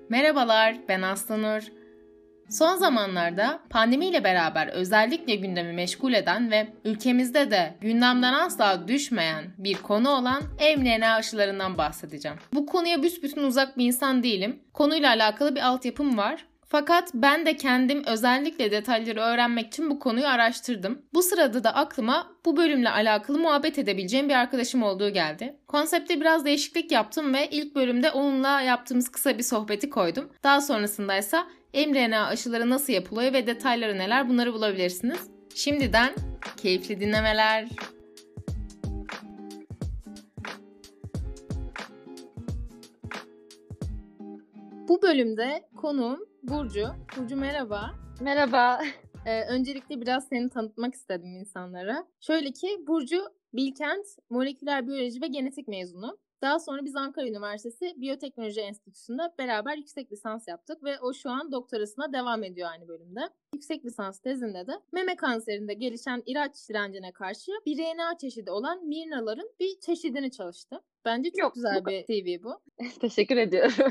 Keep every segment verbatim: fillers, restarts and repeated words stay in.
Merhabalar, ben Aslanur. Son zamanlarda pandemiyle beraber özellikle gündemi meşgul eden ve ülkemizde de gündemden asla düşmeyen bir konu olan M R N A aşılarından bahsedeceğim. Bu konuya büsbütün uzak bir insan değilim. Konuyla alakalı bir altyapım var. Fakat ben de kendim özellikle detayları öğrenmek için bu konuyu araştırdım. Bu sırada da aklıma bu bölümle alakalı muhabbet edebileceğim bir arkadaşım olduğu geldi. Konsepte biraz değişiklik yaptım ve ilk bölümde onunla yaptığımız kısa bir sohbeti koydum. Daha sonrasında ise M R N A aşıları nasıl yapılıyor ve detayları neler, bunları bulabilirsiniz. Şimdiden keyifli dinlemeler. Bu bölümde konuğum Burcu. Burcu merhaba. Merhaba. Ee, öncelikle biraz seni tanıtmak istedim insanlara. Şöyle ki Burcu Bilkent Moleküler Biyoloji ve Genetik mezunu. Daha sonra biz Ankara Üniversitesi Biyoteknoloji Enstitüsü'nde beraber yüksek lisans yaptık ve o şu an doktorasına devam ediyor aynı bölümde. Yüksek lisans tezinde de meme kanserinde gelişen ilaç direncine karşı bir R N A çeşidi olan miRNA'ların bir çeşidini çalıştı. Bence çok Yok, güzel bu... bir C V bu. Teşekkür ediyorum.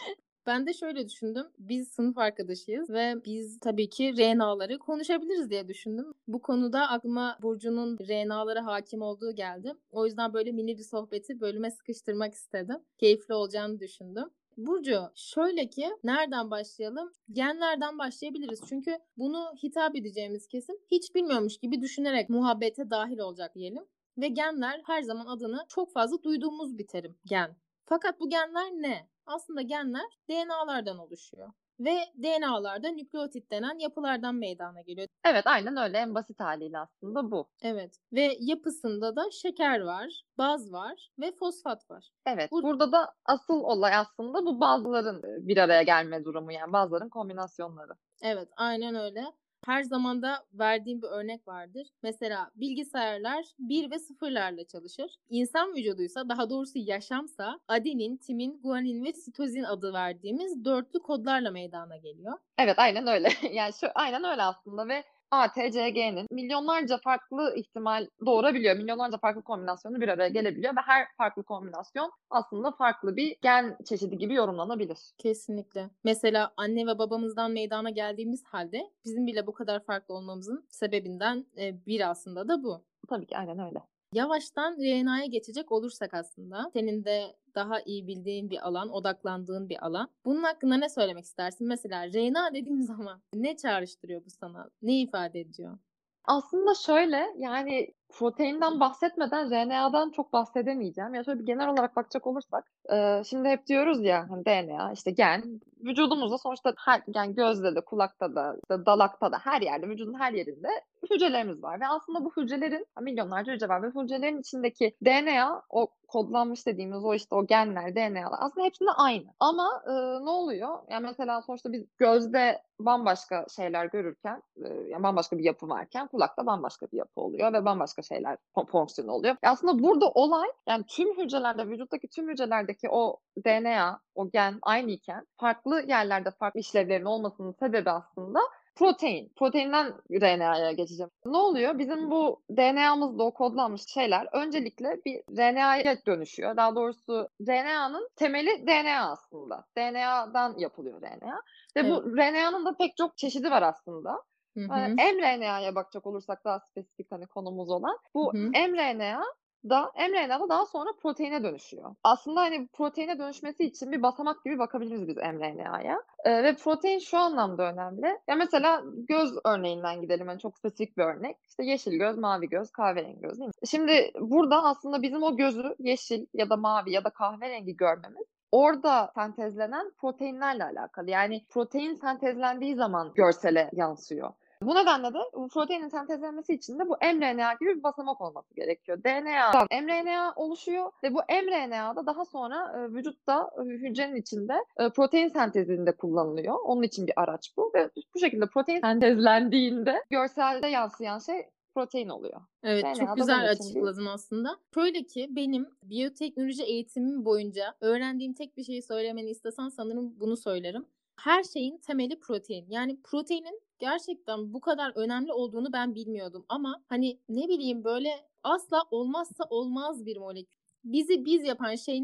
Ben de şöyle düşündüm. Biz sınıf arkadaşıyız ve biz tabii ki R N A'ları konuşabiliriz diye düşündüm. Bu konuda aklıma Burcu'nun R N A'lara hakim olduğu geldi. O yüzden böyle mini bir sohbeti bölüme sıkıştırmak istedim. Keyifli olacağını düşündüm. Burcu, şöyle ki nereden başlayalım? Genlerden başlayabiliriz. Çünkü bunu hitap edeceğimiz kesim hiç bilmiyormuş gibi düşünerek muhabbete dahil olacak diyelim. Ve genler her zaman adını çok fazla duyduğumuz bir terim, gen. Fakat bu genler ne? Aslında genler D N A'lardan oluşuyor. Ve D N A'larda nükleotit denen yapılardan meydana geliyor. Evet, aynen öyle. En basit haliyle aslında bu. Evet. Ve yapısında da şeker var, baz var ve fosfat var. Evet. Bu... Burada da asıl olay aslında bu bazıların bir araya gelme durumu, yani bazıların kombinasyonları. Evet, aynen öyle. Her zaman da verdiğim bir örnek vardır. Mesela bilgisayarlar bir ve sıfırlarla çalışır. İnsan vücuduysa, daha doğrusu yaşamsa adenin, timin, guanin ve sitozin adı verdiğimiz dörtlü kodlarla meydana geliyor. Evet, aynen öyle. Yani şu aynen öyle aslında ve A, T, C, G'nin milyonlarca farklı ihtimal doğurabiliyor. Milyonlarca farklı kombinasyonu bir araya gelebiliyor ve her farklı kombinasyon aslında farklı bir gen çeşidi gibi yorumlanabilir. Kesinlikle. Mesela anne ve babamızdan meydana geldiğimiz halde bizim bile bu kadar farklı olmamızın sebebinden biri aslında da bu. Tabii ki aynen öyle. Yavaştan R N A'ya geçecek olursak aslında senin de daha iyi bildiğin bir alan, odaklandığın bir alan. Bunun hakkında ne söylemek istersin? Mesela R N A dediğim zaman ne çağrıştırıyor bu sana? Ne ifade ediyor? Aslında şöyle, yani proteinden bahsetmeden R N A'dan çok bahsedemeyeceğim. Ya şöyle bir genel olarak bakacak olursak, e, şimdi hep diyoruz ya hani D N A, işte gen, vücudumuzda sonuçta her, yani gözde de, kulakta da, işte dalakta da, her yerde, vücudun her yerinde hücrelerimiz var. Ve aslında bu hücrelerin, milyonlarca hücre var ve hücrelerin içindeki D N A, o kodlanmış dediğimiz o işte o genler, D N A'lar aslında hepsinde aynı. Ama e, ne oluyor? Yani mesela sonuçta biz gözde bambaşka şeyler görürken, e, yani bambaşka bir yapı varken kulakta bambaşka bir yapı oluyor ve bambaşka şeyler fonksiyonu oluyor. E aslında burada olay, yani tüm hücrelerde, vücuttaki tüm hücrelerdeki o D N A, o gen aynıyken farklı yerlerde farklı işlevlerin olmasının sebebi aslında protein. Proteinden R N A'ya geçeceğim. Ne oluyor? Bizim bu D N A'mızda o kodlanmış şeyler öncelikle bir R N A'ya dönüşüyor. Daha doğrusu R N A'nın temeli D N A aslında. D N A'dan yapılıyor R N A. Ve Evet. bu R N A'nın da pek çok çeşidi var aslında. Hı hı. mRNA'ya bakacak olursak daha spesifik hani konumuz olan. Bu Hı hı. mRNA da mRNA'da daha sonra proteine dönüşüyor. Aslında hani proteine dönüşmesi için bir basamak gibi bakabiliriz biz mRNA'ya. Ee, ve protein şu anlamda önemli. Ya mesela göz örneğinden gidelim. Yani çok spesifik bir örnek. İşte yeşil göz, mavi göz, kahverengi göz değil mi? Şimdi burada aslında bizim o gözü yeşil ya da mavi ya da kahverengi görmemiz orada sentezlenen proteinlerle alakalı. Yani protein sentezlendiği zaman görsele yansıyor. Bu nedenle de bu proteinin sentezlenmesi için de bu mRNA gibi bir basamak olması gerekiyor. D N A'dan mRNA oluşuyor ve bu mRNA'da daha sonra e, vücutta e, hücrenin içinde e, protein sentezinde kullanılıyor. Onun için bir araç bu ve bu şekilde protein sentezlendiğinde görselde yansıyan şey protein oluyor. Evet, D N A çok da bunun güzel için bir... açıkladın aslında. Şöyle ki benim biyoteknoloji eğitimim boyunca öğrendiğim tek bir şeyi söylemeni istesen sanırım bunu söylerim. Her şeyin temeli protein. Yani proteinin gerçekten bu kadar önemli olduğunu ben bilmiyordum. Ama hani ne bileyim böyle asla olmazsa olmaz bir molekül. Bizi biz yapan şey nedir?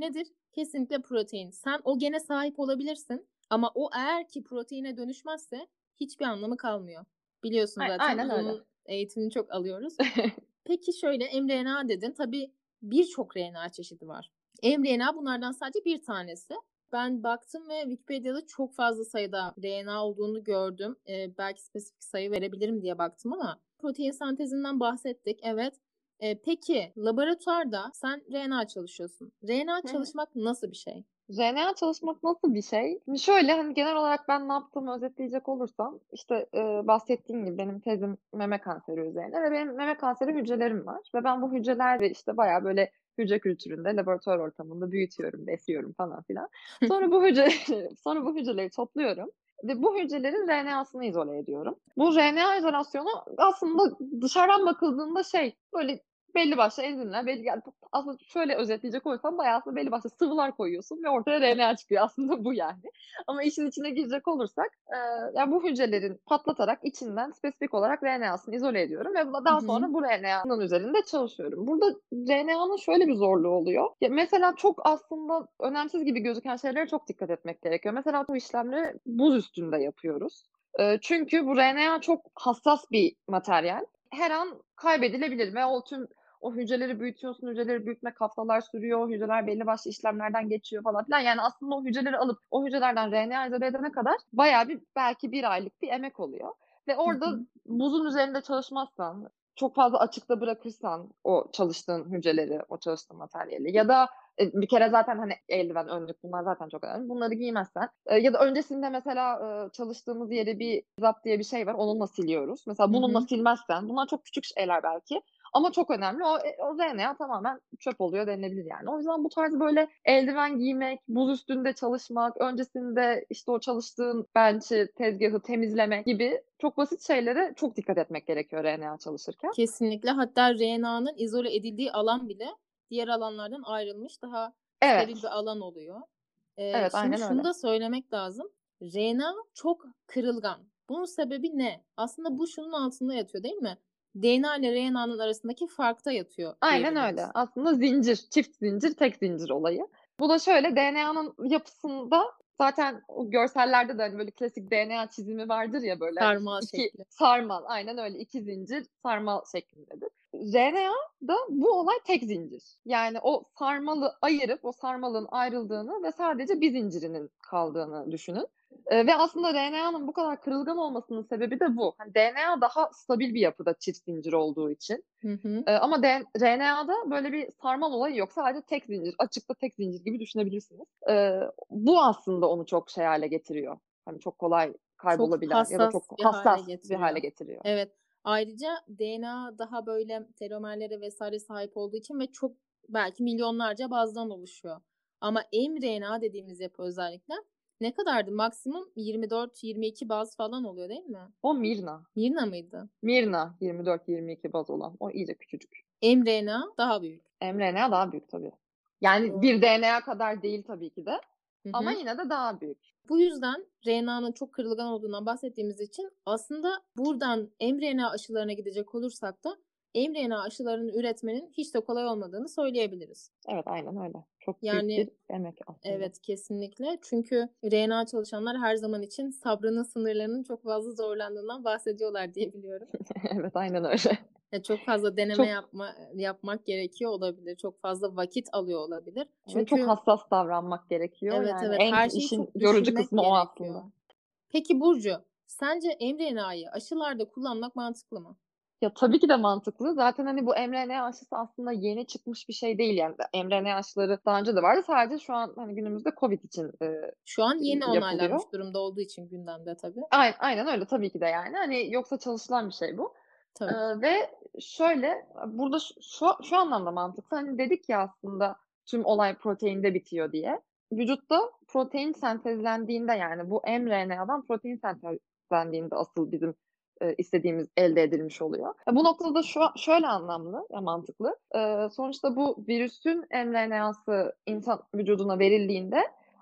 Kesinlikle protein. Sen o gene sahip olabilirsin ama o eğer ki proteine dönüşmezse hiçbir anlamı kalmıyor. Biliyorsun Ay zaten aynen biz öyle. onun eğitimini çok alıyoruz. Peki şöyle mRNA dedin. Tabii birçok R N A çeşidi var. mRNA bunlardan sadece bir tanesi. Ben baktım ve Wikipedia'da çok fazla sayıda R N A olduğunu gördüm. Ee, belki spesifik sayı verebilirim diye baktım ama protein sentezinden bahsettik. Evet. Ee, peki laboratuvarda sen R N A çalışıyorsun. R N A Hı hı. çalışmak nasıl bir şey? R N A çalışmak nasıl bir şey? Şimdi şöyle hani genel olarak ben ne yaptığımı özetleyecek olursam işte e, bahsettiğim gibi benim tezim meme kanseri üzerine ve benim meme kanseri hücrelerim var ve ben bu hücreleri işte bayağı böyle hücre kültüründe laboratuvar ortamında büyütüyorum, besliyorum falan filan. Sonra bu hücreleri sonra bu hücreleri topluyorum ve bu hücrelerin R N A'sını izole ediyorum. Bu R N A izolasyonu aslında dışarıdan bakıldığında şey böyle belli başlı enzimler, belli yani aslında şöyle özetleyecek olursam bayağı aslında belli başlı sıvılar koyuyorsun ve ortaya R N A çıkıyor. Aslında bu yani. Ama işin içine girecek olursak e, yani bu hücrelerin patlatarak içinden spesifik olarak R N A'sını izole ediyorum ve Hı daha hı. sonra bu R N A'nın üzerinde çalışıyorum. Burada R N A'nın şöyle bir zorluğu oluyor. Ya mesela çok aslında önemsiz gibi gözüken şeylere çok dikkat etmek gerekiyor. Mesela bu işlemleri buz üstünde yapıyoruz. E, çünkü bu R N A çok hassas bir materyal. Her an kaybedilebilir ve o tüm o hücreleri büyütüyorsun, hücreleri büyütmek haftalar sürüyor, o hücreler belli başlı işlemlerden geçiyor falan filan. Yani aslında o hücreleri alıp o hücrelerden R N A izole edene kadar bayağı bir belki bir aylık bir emek oluyor. Ve Hı orada hı. buzun üzerinde çalışmazsan, çok fazla açıkta bırakırsan o çalıştığın hücreleri, o çalıştığın materyali ya da e, bir kere zaten hani eldiven, önlük bunlar zaten çok önemli. Bunları giymezsen e, ya da öncesinde mesela e, çalıştığımız yere bir zap diye bir şey var. Onunla siliyoruz. Mesela Hı bununla hı. silmezsen bunlar çok küçük şeyler belki. Ama çok önemli. O, e, o R N A tamamen çöp oluyor denilebilir yani. O yüzden bu tarz böyle eldiven giymek, buz üstünde çalışmak, öncesinde işte o çalıştığın bench'i, tezgahı temizlemek gibi çok basit şeylere çok dikkat etmek gerekiyor R N A çalışırken. Kesinlikle. Hatta R N A'nın izole edildiği alan bile diğer alanlardan ayrılmış daha steril Evet. bir alan oluyor. Ee, Evet, şimdi aynen şunu öyle. da söylemek lazım. R N A çok kırılgan. Bunun sebebi ne? Aslında bu şunun altında yatıyor değil mi? D N A ile R N A'nın arasındaki farkta yatıyor Aynen öyle. diyebiliriz. Aslında zincir, çift zincir, tek zincir olayı. Bu da şöyle D N A'nın yapısında zaten o görsellerde de hani böyle klasik D N A çizimi vardır ya böyle hani Sarmal iki şekli. sarmal aynen öyle iki zincir sarmal şeklindedir. R N A'da bu olay tek zincir. Yani o sarmalı ayırıp o sarmalın ayrıldığını ve sadece bir zincirinin kaldığını düşünün. Ee, ve aslında R N A'nın bu kadar kırılgan olmasının sebebi de bu. Hani D N A daha stabil bir yapıda çift zincir olduğu için. Hı hı. Ee, ama D- R N A'da böyle bir sarmal olayı yok. Sadece tek zincir, açıkta tek zincir gibi düşünebilirsiniz. Ee, bu aslında onu çok şey hale getiriyor. Hani çok kolay Çok kaybolabilen ya da hassas çok bir hale hassas bir hale getiriyor. getiriyor. Evet. Ayrıca D N A daha böyle telomerlere vesaire sahip olduğu için ve çok belki milyonlarca bazdan oluşuyor. Ama mRNA dediğimiz yapı özellikle ne kadardı? Maksimum yirmi dört yirmi iki baz falan oluyor değil mi? O Mirna. Mirna mıydı? Mirna yirmi dört yirmi iki baz olan. O iyice küçücük. mRNA daha büyük. mRNA daha büyük tabii. Yani Doğru. bir D N A kadar değil tabii ki de. Hı Ama hı. yine de daha büyük. Bu yüzden R N A'nın çok kırılgan olduğundan bahsettiğimiz için aslında buradan mRNA aşılarına gidecek olursak da mRNA aşılarını üretmenin hiç de kolay olmadığını söyleyebiliriz. Evet aynen öyle. Çok büyük Yani bir emek aslında. evet kesinlikle. Çünkü R N A çalışanlar her zaman için sabrının sınırlarının çok fazla zorlandığından bahsediyorlar diye biliyorum. Evet aynen öyle. Ya çok fazla deneme Çok yapma yapmak gerekiyor olabilir. Çok fazla vakit alıyor olabilir. ve çok Çünkü hassas davranmak gerekiyor. evet Yani evet en her şeyi işin çok yorucu düşünmek kısmı o aslında. gerekiyor. Peki Burcu, sence mRNA'yı aşılarda kullanmak mantıklı mı? Ya tabii ki de mantıklı. Zaten hani bu mRNA aşısı aslında yeni çıkmış bir şey değil yani. mRNA aşıları daha önce de vardı. Sadece şu an hani günümüzde COVID için e, Şu an yeni yapılıyor. onaylanmış durumda olduğu için gündemde tabii. Aynen, aynen öyle tabii ki de yani. Hani yoksa çalışılan bir şey bu. Ee, Tabii ki. ve şöyle burada şu, şu, şu anlamda mantıklı. Hani dedik ya aslında tüm olay proteinde bitiyor diye. Vücutta protein sentezlendiğinde yani bu mRNA'dan protein sentezlendiğinde asıl bizim e, istediğimiz elde edilmiş oluyor. E, bu noktada şu şöyle anlamlı ya mantıklı. E, sonuçta bu virüsün mRNA'sı insan vücuduna verildiğinde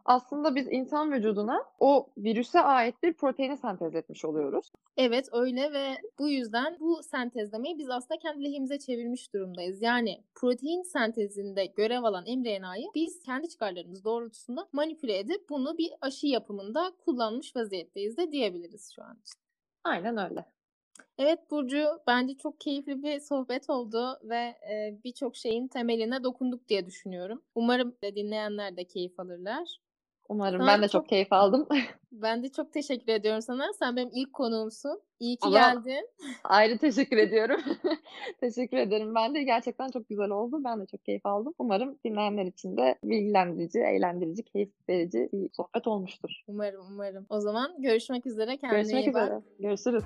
aslında biz insan vücuduna o virüse ait bir proteini sentez etmiş oluyoruz. Evet öyle ve bu yüzden bu sentezlemeyi biz aslında kendi lehimize çevirmiş durumdayız. Yani protein sentezinde görev alan mRNA'yı biz kendi çıkarlarımız doğrultusunda manipüle edip bunu bir aşı yapımında kullanmış vaziyetteyiz de diyebiliriz şu an için. Aynen öyle. Evet Burcu, bence çok keyifli bir sohbet oldu ve e, birçok şeyin temeline dokunduk diye düşünüyorum. Umarım dinleyenler de keyif alırlar. Umarım. Sana Ben de çok, çok keyif aldım. Ben de çok teşekkür ediyorum sana. Sen benim ilk konuğumsun. İyi ki O zaman geldin. ayrı teşekkür ediyorum. Teşekkür ederim. Ben de gerçekten çok güzel oldu. Ben de çok keyif aldım. Umarım dinleyenler için de bilgilendirici, eğlendirici, keyif verici bir sohbet olmuştur. Umarım, umarım. O zaman görüşmek üzere. Kendine Görüşmek iyi üzere. bak. Görüşürüz.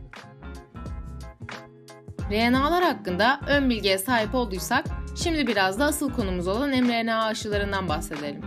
R N A'lar hakkında ön bilgiye sahip olduysak, şimdi biraz da asıl konumuz olan mRNA aşılarından bahsedelim.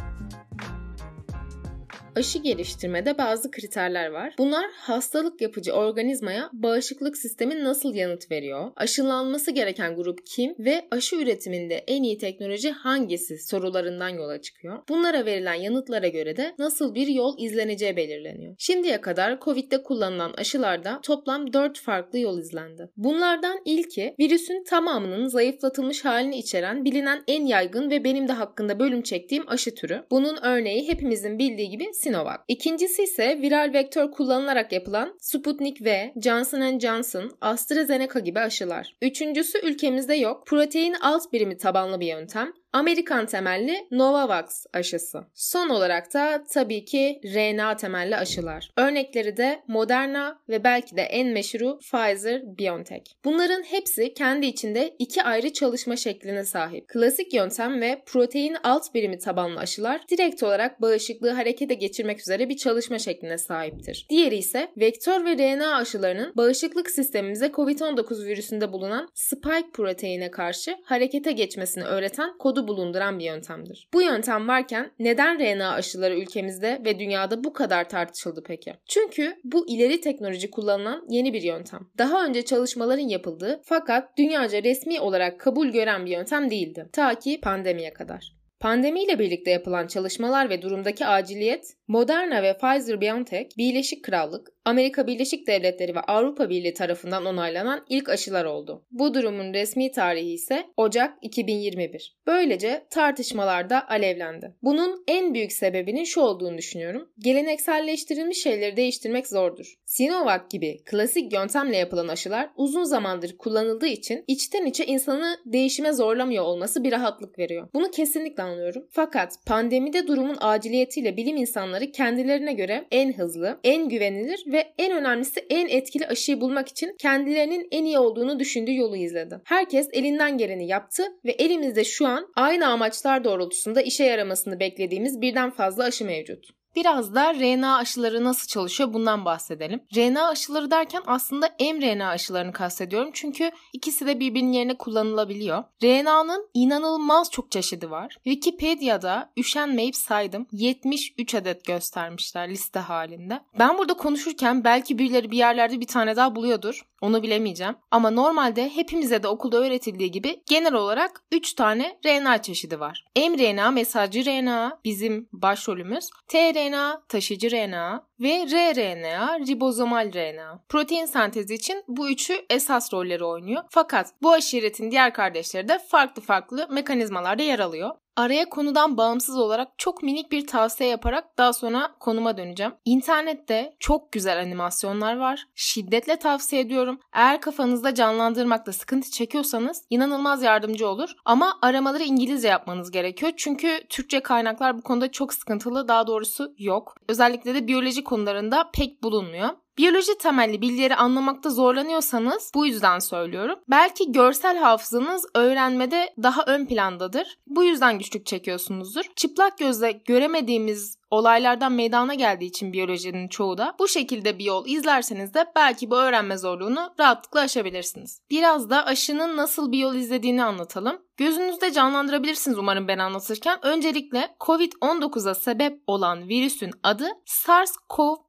Aşı geliştirmede bazı kriterler var. Bunlar hastalık yapıcı organizmaya bağışıklık sistemin nasıl yanıt veriyor, aşılanması gereken grup kim ve aşı üretiminde en iyi teknoloji hangisi sorularından yola çıkıyor. Bunlara verilen yanıtlara göre de nasıl bir yol izleneceği belirleniyor. Şimdiye kadar Covid'de kullanılan aşılarda toplam dört farklı yol izlendi. Bunlardan ilki virüsün tamamının zayıflatılmış halini içeren bilinen en yaygın ve benim de hakkında bölüm çektiğim aşı türü. Bunun örneği hepimizin bildiği gibi Sinovac. İkincisi ise viral vektör kullanılarak yapılan Sputnik V, Johnson and Johnson, AstraZeneca gibi aşılar. Üçüncüsü ülkemizde yok. Protein alt birimi tabanlı bir yöntem. Amerikan temelli Novavax aşısı. Son olarak da tabii ki R N A temelli aşılar. Örnekleri de Moderna ve belki de en meşhuru Pfizer-BioNTech. Bunların hepsi kendi içinde iki ayrı çalışma şekline sahip. Klasik yöntem ve protein alt birimi tabanlı aşılar direkt olarak bağışıklığı harekete geçirmek üzere bir çalışma şekline sahiptir. Diğeri ise vektör ve R N A aşılarının bağışıklık sistemimize kovid on dokuz virüsünde bulunan spike proteine karşı harekete geçmesini öğreten kodu bulunduran bir yöntemdir. Bu yöntem varken neden R N A aşıları ülkemizde ve dünyada bu kadar tartışıldı peki? Çünkü bu ileri teknoloji kullanılan yeni bir yöntem. Daha önce çalışmaların yapıldığı fakat dünyaca resmi olarak kabul gören bir yöntem değildi. Ta ki pandemiye kadar. Pandemiyle birlikte yapılan çalışmalar ve durumdaki aciliyet, Moderna ve Pfizer-BioNTech, Birleşik Krallık, Amerika Birleşik Devletleri ve Avrupa Birliği tarafından onaylanan ilk aşılar oldu. Bu durumun resmi tarihi ise Ocak iki bin yirmi bir. Böylece tartışmalar da alevlendi. Bunun en büyük sebebinin şu olduğunu düşünüyorum. Gelenekselleştirilmiş şeyleri değiştirmek zordur. Sinovac gibi klasik yöntemle yapılan aşılar uzun zamandır kullanıldığı için içten içe insanı değişime zorlamıyor olması bir rahatlık veriyor. Bunu kesinlikle anlıyorum. Fakat pandemide durumun aciliyetiyle bilim insanları kendilerine göre en hızlı, en güvenilir ve en önemlisi en etkili aşıyı bulmak için kendilerinin en iyi olduğunu düşündüğü yolu izledi. Herkes elinden geleni yaptı ve elimizde şu an aynı amaçlar doğrultusunda işe yaramasını beklediğimiz birden fazla aşı mevcut. Biraz da R N A aşıları nasıl çalışıyor bundan bahsedelim. R N A aşıları derken aslında mRNA aşılarını kastediyorum çünkü ikisi de birbirinin yerine kullanılabiliyor. R N A'nın inanılmaz çok çeşidi var. Wikipedia'da üşenmeyip saydım yetmiş üç adet göstermişler liste halinde. Ben burada konuşurken belki birileri bir yerlerde bir tane daha buluyordur. Onu bilemeyeceğim. Ama normalde hepimize de okulda öğretildiği gibi genel olarak üç tane R N A çeşidi var. mRNA mesajcı R N A bizim başrolümüz. tRNA taşıyıcı R N A ve rRNA ribozomal R N A. Protein sentezi için bu üçü esas rolleri oynuyor. Fakat bu aşiretin diğer kardeşleri de farklı farklı mekanizmalarda yer alıyor. Araya konudan bağımsız olarak çok minik bir tavsiye yaparak daha sonra konuma döneceğim. İnternette çok güzel animasyonlar var. Şiddetle tavsiye ediyorum. Eğer kafanızda canlandırmakta sıkıntı çekiyorsanız inanılmaz yardımcı olur. Ama aramaları İngilizce yapmanız gerekiyor. Çünkü Türkçe kaynaklar bu konuda çok sıkıntılı. Daha doğrusu yok. Özellikle de biyoloji konularında pek bulunmuyor. Biyoloji temelli bilgileri anlamakta zorlanıyorsanız bu yüzden söylüyorum. Belki görsel hafızanız öğrenmede daha ön plandadır. Bu yüzden güçlük çekiyorsunuzdur. Çıplak gözle göremediğimiz olaylardan meydana geldiği için biyolojinin çoğu da bu şekilde bir yol izlerseniz de belki bu öğrenme zorluğunu rahatlıkla aşabilirsiniz. Biraz da aşının nasıl bir yol izlediğini anlatalım. Gözünüzde canlandırabilirsiniz umarım ben anlatırken. Öncelikle kovid on dokuza sebep olan virüsün adı SARS-CoV iki.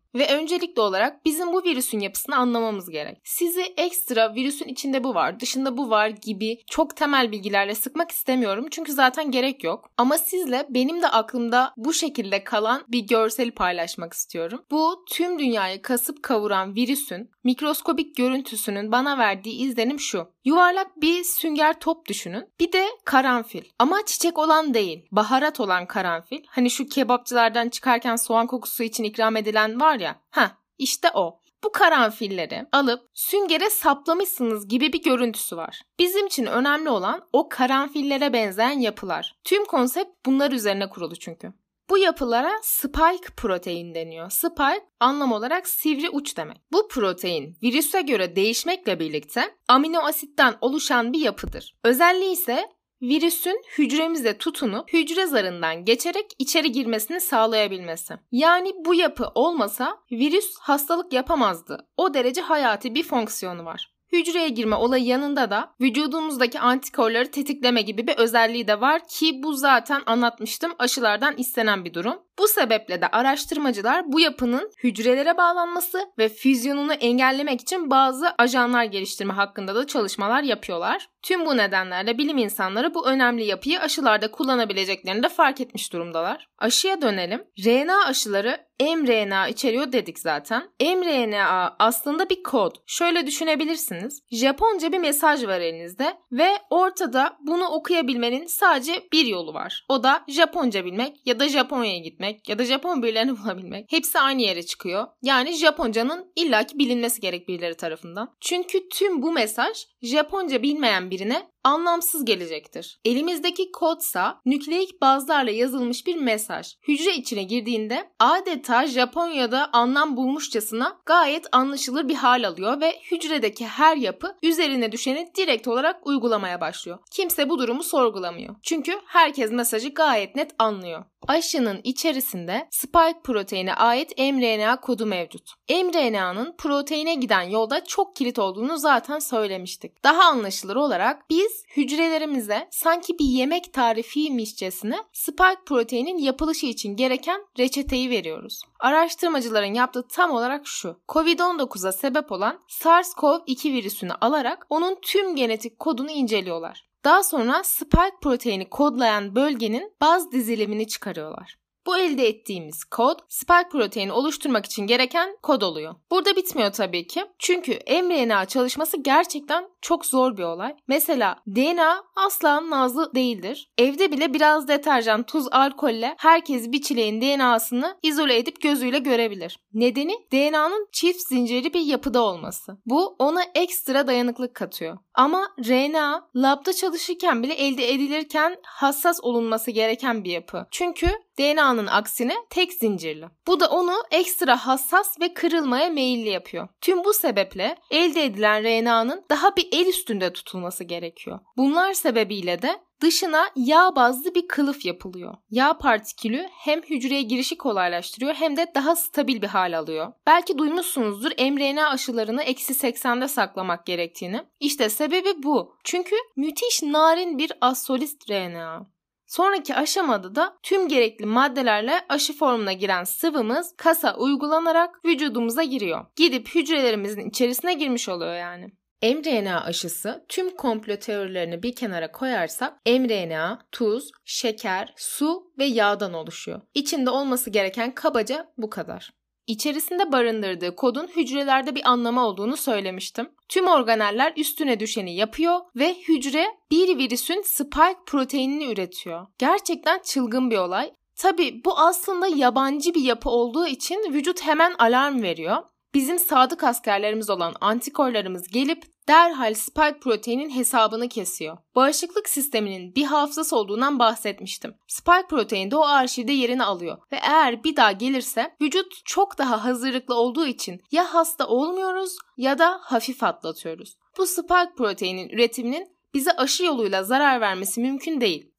Ve öncelikli olarak bizim bu virüsün yapısını anlamamız gerek. Sizi ekstra virüsün içinde bu var, dışında bu var gibi çok temel bilgilerle sıkmak istemiyorum. Çünkü zaten gerek yok. Ama sizle benim de aklımda bu şekilde kalan bir görseli paylaşmak istiyorum. Bu tüm dünyayı kasıp kavuran virüsün mikroskobik görüntüsünün bana verdiği izlenim şu. Yuvarlak bir sünger top düşünün. Bir de karanfil. Ama çiçek olan değil, baharat olan karanfil. Hani şu kebapçılardan çıkarken soğan kokusu için ikram edilen var ya. Heh, işte o. Bu karanfilleri alıp süngere saplamışsınız gibi bir görüntüsü var. Bizim için önemli olan o karanfillere benzeyen yapılar. Tüm konsept bunlar üzerine kurulu çünkü. Bu yapılara spike protein deniyor. Spike anlam olarak sivri uç demek. Bu protein virüse göre değişmekle birlikte amino asitten oluşan bir yapıdır. Özelliği ise virüsün hücremize tutunup hücre zarından geçerek içeri girmesini sağlayabilmesi. Yani bu yapı olmasa virüs hastalık yapamazdı. O derece hayati bir fonksiyonu var. Hücreye girme olayı yanında da vücudumuzdaki antikorları tetikleme gibi bir özelliği de var ki bu zaten anlatmıştım, aşılardan istenen bir durum. Bu sebeple de araştırmacılar bu yapının hücrelere bağlanması ve füzyonunu engellemek için bazı ajanlar geliştirme hakkında da çalışmalar yapıyorlar. Tüm bu nedenlerle bilim insanları bu önemli yapıyı aşılarda kullanabileceklerini de fark etmiş durumdalar. Aşıya dönelim. R N A aşıları mRNA içeriyor dedik zaten. mRNA aslında bir kod. Şöyle düşünebilirsiniz. Japonca bir mesaj var elinizde ve ortada bunu okuyabilmenin sadece bir yolu var. O da Japonca bilmek ya da Japonya'ya gitmek ya da Japon birilerini bulabilmek. Hepsi aynı yere çıkıyor. Yani Japonca'nın illaki bilinmesi gerek birileri tarafından. Çünkü tüm bu mesaj Japonca bilmeyen birine anlamsız gelecektir. Elimizdeki kodsa nükleik bazlarla yazılmış bir mesaj. Hücre içine girdiğinde adeta Japonya'da anlam bulmuşçasına gayet anlaşılır bir hal alıyor ve hücredeki her yapı üzerine düşeni direkt olarak uygulamaya başlıyor. Kimse bu durumu sorgulamıyor. Çünkü herkes mesajı gayet net anlıyor. Aşının içerisinde spike proteine ait mRNA kodu mevcut. mRNA'nın proteine giden yolda çok kilit olduğunu zaten söylemiştik. Daha anlaşılır olarak biz hücrelerimize sanki bir yemek tarifiymişçesine spike proteinin yapılışı için gereken reçeteyi veriyoruz. Araştırmacıların yaptığı tam olarak şu. kovid on dokuza sebep olan SARS-CoV iki virüsünü alarak onun tüm genetik kodunu inceliyorlar. Daha sonra spike proteini kodlayan bölgenin baz dizilimini çıkarıyorlar. Bu elde ettiğimiz kod spike proteini oluşturmak için gereken kod oluyor. Burada bitmiyor tabii ki. Çünkü mRNA çalışması gerçekten çok zor bir olay. Mesela D N A asla nazlı değildir. Evde bile biraz deterjan, tuz, alkolle herkes bir çileğin D N A'sını izole edip gözüyle görebilir. Nedeni D N A'nın çift zincirli bir yapıda olması. Bu ona ekstra dayanıklık katıyor. Ama R N A labda çalışırken bile elde edilirken hassas olunması gereken bir yapı. Çünkü D N A'nın aksine tek zincirli. Bu da onu ekstra hassas ve kırılmaya meyilli yapıyor. Tüm bu sebeple elde edilen R N A'nın daha bir el üstünde tutulması gerekiyor. Bunlar sebebiyle de dışına yağ bazlı bir kılıf yapılıyor. Yağ partikülü hem hücreye girişi kolaylaştırıyor hem de daha stabil bir hal alıyor. Belki duymuşsunuzdur mRNA aşılarını eksi seksende saklamak gerektiğini. İşte sebebi bu. Çünkü müthiş narin bir asolist R N A. Sonraki aşamada da tüm gerekli maddelerle aşı formuna giren sıvımız kasa uygulanarak vücudumuza giriyor. Gidip hücrelerimizin içerisine girmiş oluyor yani. mRNA aşısı tüm komplo teorilerini bir kenara koyarsak mRNA, tuz, şeker, su ve yağdan oluşuyor. İçinde olması gereken kabaca bu kadar. İçerisinde barındırdığı kodun hücrelerde bir anlamı olduğunu söylemiştim. Tüm organeller üstüne düşeni yapıyor ve hücre bir virüsün spike proteinini üretiyor. Gerçekten çılgın bir olay. Tabii bu aslında yabancı bir yapı olduğu için vücut hemen alarm veriyor. Bizim sadık askerlerimiz olan antikorlarımız gelip derhal spike proteinin hesabını kesiyor. Bağışıklık sisteminin bir hafızası olduğundan bahsetmiştim. Spike protein de o arşivde yerini alıyor ve eğer bir daha gelirse vücut çok daha hazırlıklı olduğu için ya hasta olmuyoruz ya da hafif atlatıyoruz. Bu spike proteinin üretiminin bize aşı yoluyla zarar vermesi mümkün değil.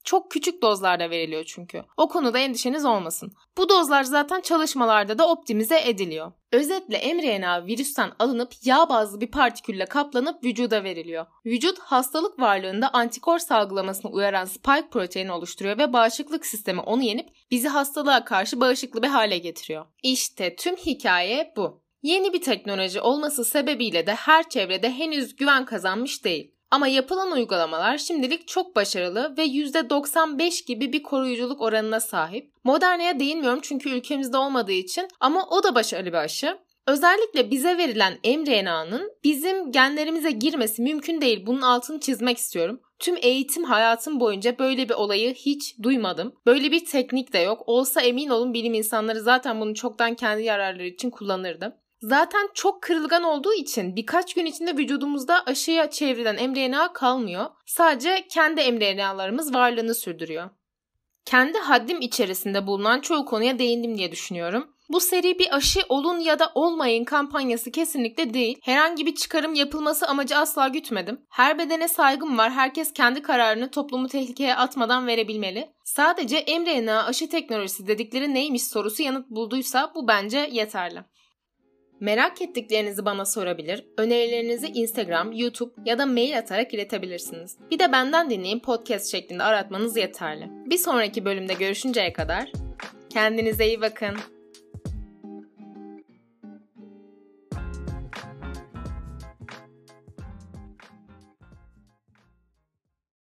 Çok küçük dozlarda veriliyor çünkü. O konuda endişeniz olmasın. Bu dozlar zaten çalışmalarda da optimize ediliyor. Özetle mRNA virüsten alınıp yağ bazlı bir partikülle kaplanıp vücuda veriliyor. Vücut hastalık varlığında antikor salgılamasını uyaran spike proteini oluşturuyor ve bağışıklık sistemi onu yenip bizi hastalığa karşı bağışıklı bir hale getiriyor. İşte tüm hikaye bu. Yeni bir teknoloji olması sebebiyle de her çevrede henüz güven kazanmış değil. Ama yapılan uygulamalar şimdilik çok başarılı ve yüzde doksan beş gibi bir koruyuculuk oranına sahip. Moderna'ya değinmiyorum çünkü ülkemizde olmadığı için ama o da başarılı bir aşı. Özellikle bize verilen mRNA'nın bizim genlerimize girmesi mümkün değil. Bunun altını çizmek istiyorum. Tüm eğitim hayatım boyunca böyle bir olayı hiç duymadım. Böyle bir teknik de yok. Olsa emin olun bilim insanları zaten bunu çoktan kendi yararları için kullanırdı. Zaten çok kırılgan olduğu için birkaç gün içinde vücudumuzda aşıya çevrilen mRNA kalmıyor. Sadece kendi mRNA'larımız varlığını sürdürüyor. Kendi haddim içerisinde bulunan çoğu konuya değindim diye düşünüyorum. Bu seri bir aşı olun ya da olmayın kampanyası kesinlikle değil. Herhangi bir çıkarım yapılması amacı asla gütmedim. Her bedene saygım var. Herkes kendi kararını toplumu tehlikeye atmadan verebilmeli. Sadece mRNA aşı teknolojisi dedikleri neymiş sorusu yanıt bulduysa bu bence yeterli. Merak ettiklerinizi bana sorabilir, önerilerinizi Instagram, YouTube ya da mail atarak iletebilirsiniz. Bir de benden dinleyin podcast şeklinde aratmanız yeterli. Bir sonraki bölümde görüşünceye kadar kendinize iyi bakın.